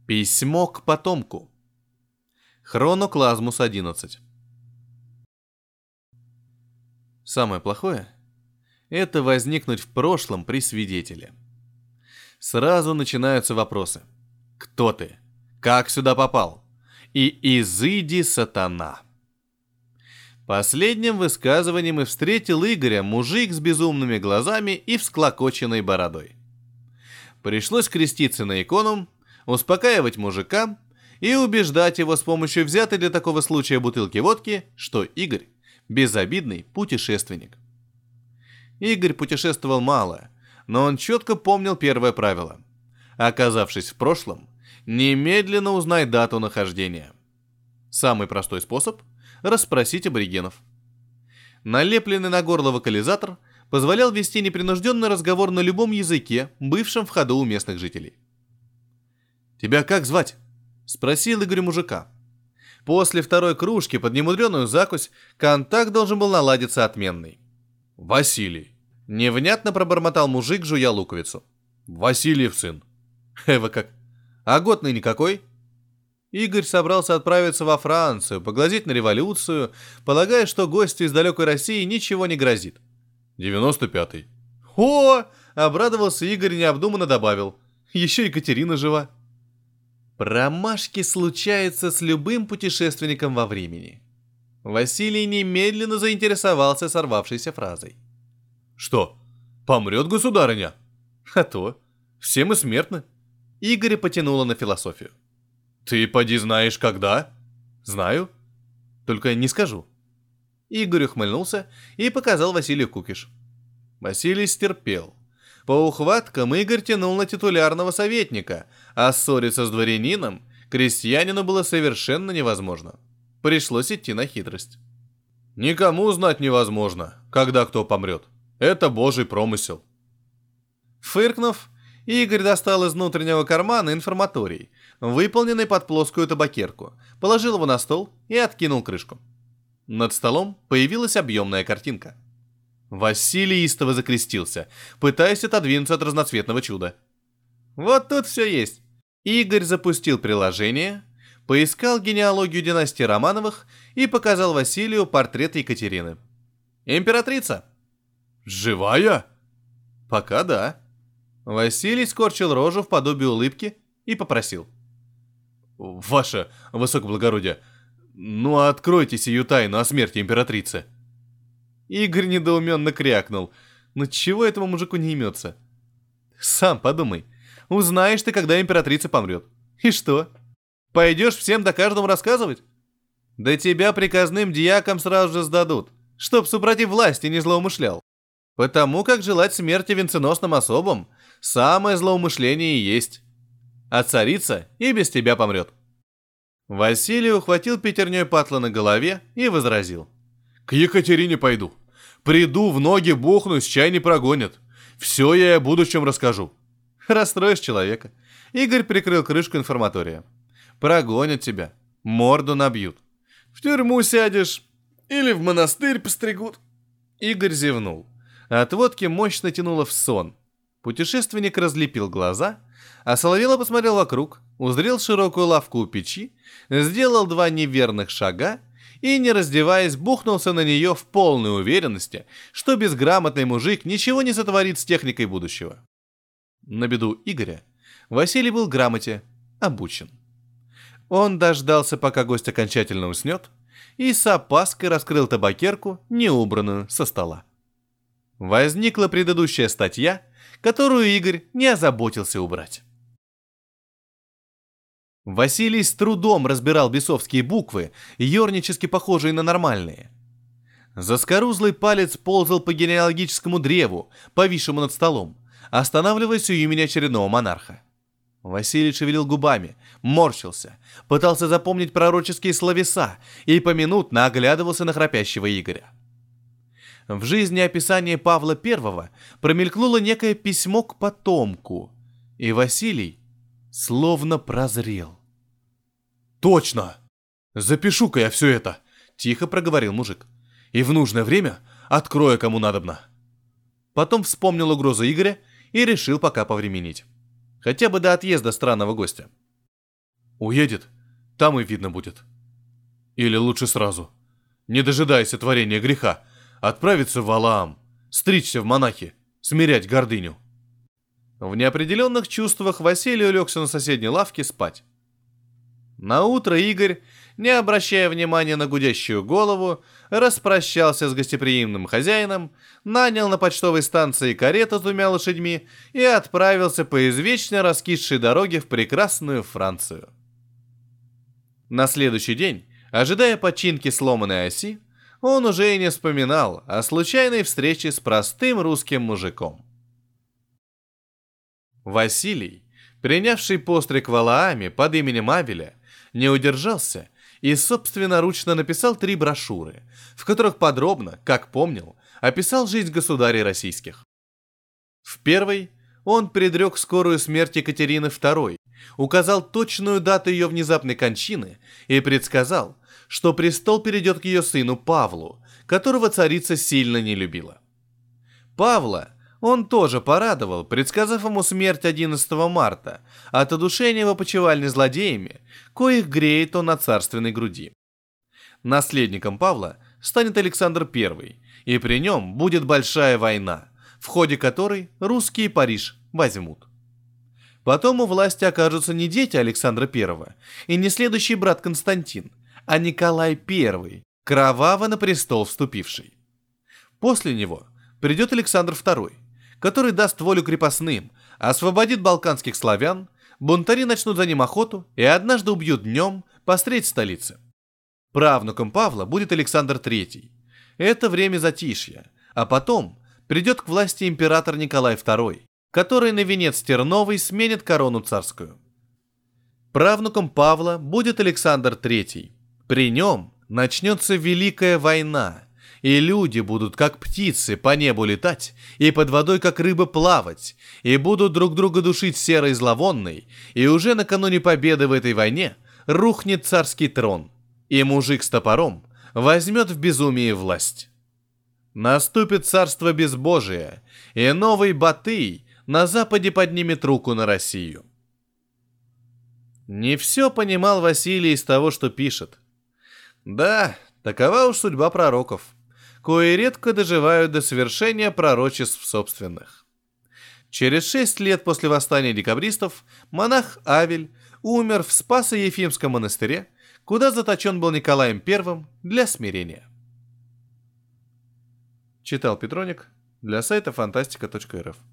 Письмо к потомку. Хроноклазмус 11. Самое плохое – это возникнуть в прошлом при свидетеле. Сразу начинаются вопросы. Кто ты? Как сюда попал? И изыди, сатана. Последним высказыванием и встретил Игоря мужик с безумными глазами и всклокоченной бородой. Пришлось креститься на икону, успокаивать мужика и убеждать его с помощью взятой для такого случая бутылки водки, что Игорь – безобидный путешественник. Игорь путешествовал мало, но он четко помнил первое правило. Оказавшись в прошлом, немедленно узнай дату нахождения. Самый простой способ – расспросить аборигенов. Налепленный на горло вокализатор позволял вести непринужденный разговор на любом языке, бывшем в ходу у местных жителей. «Тебя как звать?» – спросил Игорь мужика. После второй кружки под немудреную закусь контакт должен был наладиться отменный. «Василий», – невнятно пробормотал мужик, жуя луковицу. «Васильев сын». «Эва как? А год ныне какой?» Игорь собрался отправиться во Францию, поглазеть на революцию, полагая, что гостю из далекой России ничего не грозит. 95-й. «О!» – обрадовался Игорь и необдуманно добавил. «Еще Екатерина жива». Промашки случаются с любым путешественником во времени. Василий немедленно заинтересовался сорвавшейся фразой. «Что, помрет государыня?» «А то, все мы смертны». Игоря потянуло на философию. «Ты поди знаешь, когда?» «Знаю, только не скажу». Игорь ухмыльнулся и показал Василию кукиш. Василий стерпел. По ухваткам Игорь тянул на титулярного советника, а ссориться с дворянином крестьянину было совершенно невозможно. Пришлось идти на хитрость. «Никому знать невозможно, когда кто помрет. Это божий промысел». Фыркнув, Игорь достал из внутреннего кармана информаторий, выполненный под плоскую табакерку, положил его на стол и откинул крышку. Над столом появилась объемная картинка. Василий истово закрестился, пытаясь отодвинуться от разноцветного чуда. Вот тут все есть. Игорь запустил приложение, поискал генеалогию династии Романовых и показал Василию портрет Екатерины. Императрица. «Живая?» «Пока да». Василий скорчил рожу в подобие улыбки и попросил. «Ваше высокоблагородие, ну откройте сию тайну о смерти императрицы». Игорь недоуменно крякнул. «Ну чего этому мужику не имется?» «Сам подумай. Узнаешь ты, когда императрица помрет. И что? Пойдешь всем да каждому рассказывать? Да тебя приказным дьякам сразу же сдадут, чтоб супротив власти не злоумышлял. Потому как желать смерти венценосным особам самое злоумышление и есть. А царица и без тебя помрет». Василий ухватил пятерней патла на голове и возразил. «К Екатерине пойду. Приду, в ноги бухнусь, чай не прогонят. Все я о будущем расскажу». «Расстроишь человека». Игорь прикрыл крышку информатория. «Прогонят тебя, морду набьют. В тюрьму сядешь или в монастырь постригут». Игорь зевнул. От водки мощно тянуло в сон. Путешественник разлепил глаза, а Соловело посмотрел вокруг, узрел широкую лавку у печи, сделал 2 неверных шага и, не раздеваясь, бухнулся на нее в полной уверенности, что безграмотный мужик ничего не сотворит с техникой будущего. На беду Игоря Василий был грамоте обучен. Он дождался, пока гость окончательно уснет, и с опаской раскрыл табакерку, неубранную со стола. Возникла предыдущая статья, которую Игорь не озаботился убрать. Василий с трудом разбирал бесовские буквы, ернически похожие на нормальные. Заскорузлый палец ползал по генеалогическому древу, повисшему над столом, останавливаясь у имени очередного монарха. Василий шевелил губами, морщился, пытался запомнить пророческие словеса и поминутно оглядывался на храпящего Игоря. В жизни описания Павла I промелькнуло некое письмо к потомку, и Василий словно прозрел. «Точно! Запишу-ка я все это!» — тихо проговорил мужик. «И в нужное время открою, кому надобно». Потом вспомнил угрозу Игоря и решил пока повременить. Хотя бы до отъезда странного гостя. Уедет, там и видно будет. Или лучше сразу, не дожидаясь творения греха, отправиться в Валаам, стричься в монахи, смирять гордыню. В неопределенных чувствах Василий улегся на соседней лавке спать. Наутро Игорь, не обращая внимания на гудящую голову, распрощался с гостеприимным хозяином, нанял на почтовой станции карету с 2 лошадьми и отправился по извечно раскисшей дороге в прекрасную Францию. На следующий день, ожидая починки сломанной оси, он уже и не вспоминал о случайной встрече с простым русским мужиком. Василий, принявший постриг в Валааме под именем Авеля, не удержался и собственноручно написал 3 брошюры, в которых подробно, как помнил, описал жизнь государей российских. В первой он предрек скорую смерть Екатерины II, указал точную дату ее внезапной кончины и предсказал, что престол перейдет к ее сыну Павлу, которого царица сильно не любила. Павла он тоже порадовал, предсказав ему смерть 11 марта от удушения в опочивальне злодеями, коих греет он на царственной груди. Наследником Павла станет Александр I, и при нем будет большая война, в ходе которой русские Париж возьмут. Потом у власти окажутся не дети Александра I и не следующий брат Константин, а Николай I, кроваво на престол вступивший. После него придет Александр II, который даст волю крепостным, освободит балканских славян, бунтари начнут за ним охоту и однажды убьют днем посредь столицы. Правнуком Павла будет Александр III. Это время затишья, а потом придет к власти император Николай II, который на венец терновый сменит корону царскую. Правнуком Павла будет Александр III. При нем начнется Великая война, и люди будут, как птицы, по небу летать, и под водой, как рыбы, плавать, и будут друг друга душить серой зловонной, и уже накануне победы в этой войне рухнет царский трон, и мужик с топором возьмет в безумии власть. Наступит царство безбожие, и новый Батый на западе поднимет руку на Россию. Не все понимал Василий из того, что пишет. Да, такова уж судьба пророков, кои редко доживают до совершения пророчеств собственных. Через 6 лет после восстания декабристов монах Авель умер в Спасо-Ефимском монастыре, куда заточен был Николаем I для смирения. Читал Петроник для сайта фантастика.рф.